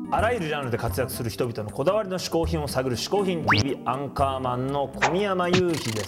あらゆるジャンルで活躍する人々のこだわりの嗜好品を探る嗜好品 TV アンカーマンの小宮山雄飛です。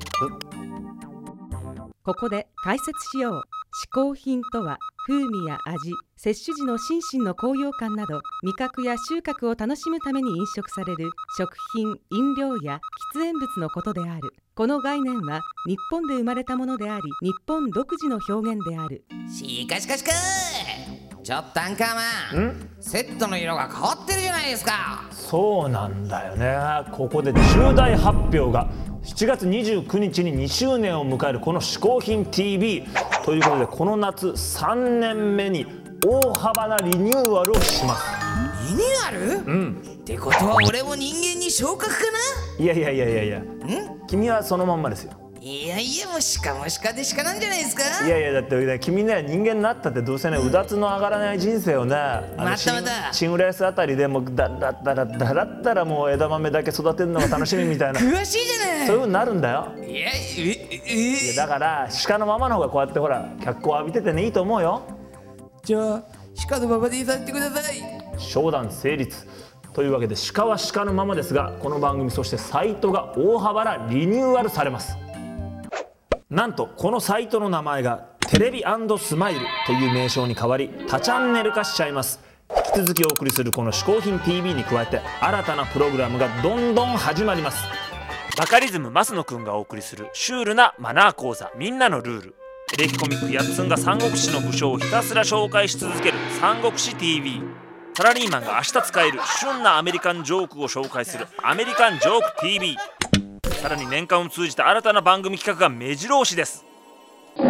ここで解説しよう。嗜好品とは風味や味、摂取時の心身の高揚感など味覚や収穫を楽しむために飲食される食品、飲料や喫煙物のことである。この概念は日本で生まれたものであり、日本独自の表現である。 しかちょっとアンカーマン、セットの色が変わってるじゃないですか。 そうなんだよね。ここで重大発表が。7月29日に2周年を迎えるこの嗜好品 TV ということで、この夏3年目に大幅なリニューアルをします。 リニューアル？ってことは俺も人間に昇格かな？ いや君はそのまんまですよ。 いやもしかでしかなんじゃないですか。 だって君ね、人間になったってどうせね、うだつの上がらない人生をね、シングレースあたりでもうだらったらもう枝豆だけ育てるのが楽しみみたいな詳しいじゃない。 そういう風になるんだよ。 いやだから鹿のままの方がこうやってほら脚光浴びててね、いいと思うよ。 じゃあ鹿のままでいさせてください。 商談成立というわけで、鹿は鹿のままですが、この番組そしてサイトが大幅なリニューアルされます。なんとこのサイトの名前がテレビ&スマイルという名称に変わり、多チャンネル化しちゃいます。引き続きお送りするこの嗜好品 TV に加えて、新たなプログラムがどんどん始まります。バカリズム増野くんがお送りするシュールなマナー講座、みんなのルール。エレキコミックやっつんが三国志の武将をひたすら紹介し続ける三国志 TV。 サラリーマンが明日使える旬なアメリカンジョークを紹介するアメリカンジョーク TV。 さらに年間を通じて新たな番組企画が目白押しです。 つ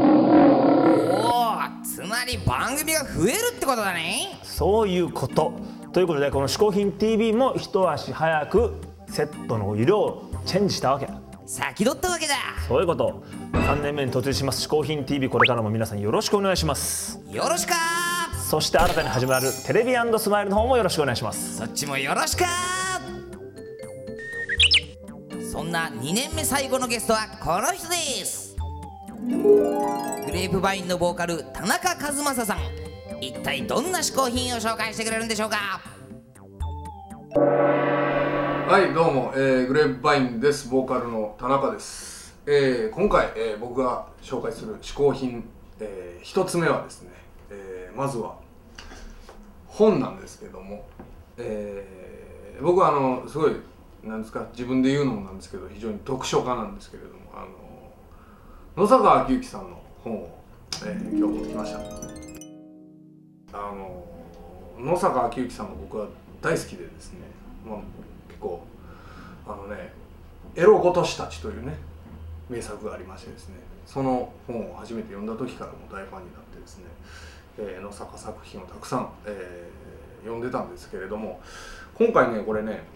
まり番組が増えるってことだね。 そういうことということで、この嗜好品 TV も一足早くセットの色をチェンジしたわけ。 先取ったわけだ。 そういうこと。3年目に突入します嗜好品 TV、 これからも皆さんよろしくお願いします。 よろしく。 そして新たに始まるテレビ&スマイルの方もよろしくお願いします。 そっちもよろしく。そんな2年目最後のゲストはこの人です。グレープバインのボーカル田中和正さん、一体どんな嗜好品を紹介してくれるんでしょうか。 はいどうも、グレープバインです。ボーカルの田中です。今回、僕が紹介する嗜好品、一つ目はですね、まずは本なんですけども、僕はすごいなんですか、自分で言うのもなんですけど非常に読書家なんですけれども、野坂昭之さんの本を、今日持ってきました。野坂昭之さんが僕は大好きでですね、結構エロごとしたちというね名作がありましてですね、その本を初めて読んだ時からも大ファンになってですね、野坂作品をたくさん、読んでたんですけれども、今回ねこれね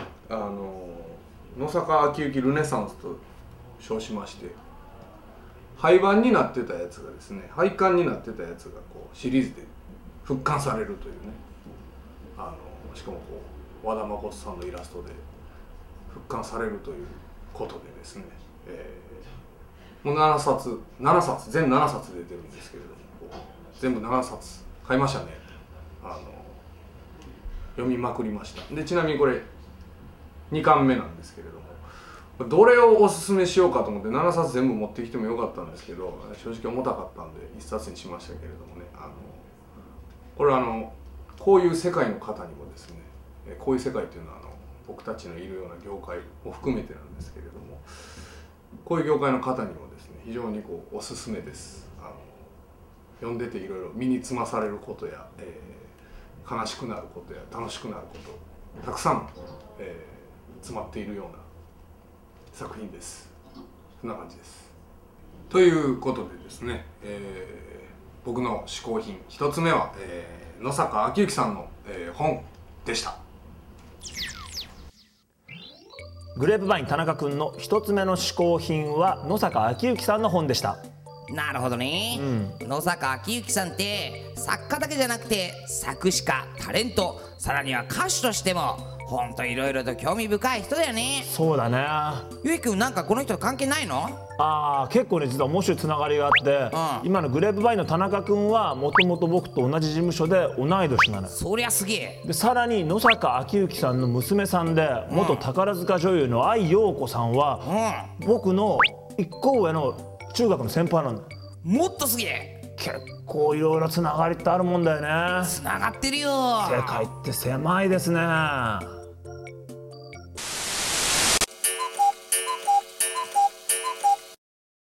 野坂昭之ルネサンスと称しまして、廃盤になってたやつがですね、廃刊になってたやつがこうシリーズで復刊されるというね、しかもこう和田誠さんのイラストで復刊されるということでですね、もう7冊全7冊出てるんですけれども、全部7冊買いましたね。読みまくりました。でちなみにこれ2巻目なんですけれども、どれをおすすめしようかと思って7冊全部持ってきてもよかったんですけど、正直重たかったんで1冊にしましたけれどもね、これこういう世界の方にもですね、こういう世界っていうのは僕たちのいるような業界を含めてなんですけれども、こういう業界の方にもですね非常にこうおすすめです。読んでていろいろ身につまされることや、悲しくなることや楽しくなることたくさん、詰まっているような作品です。そんな感じです。ということでですね、僕の嗜好品一つ目は、野坂昭之さんの、本でした。 グレープバイン田中くんの一つ目の嗜好品は野坂昭之さんの本でした。 なるほどね、野坂昭之さんって作家だけじゃなくて作詞家、タレント、さらには歌手としてもほんといろいろと興味深い人だよね。 そうだね。 ゆいくんなんかこの人と関係ないの？ 結構ね実は面白いつながりがあって、今のグレープバインの田中君はもともと僕と同じ事務所で同い年なのよ。 そりゃすげえ。 でさらに野坂昭之さんの娘さんで元宝塚女優の相陽子さんは、僕の1個上の中学の先輩なんだよ。 もっとすげえ。 結構いろいろつながりってあるもんだよね。 つながってるよ。 世界って狭いですね。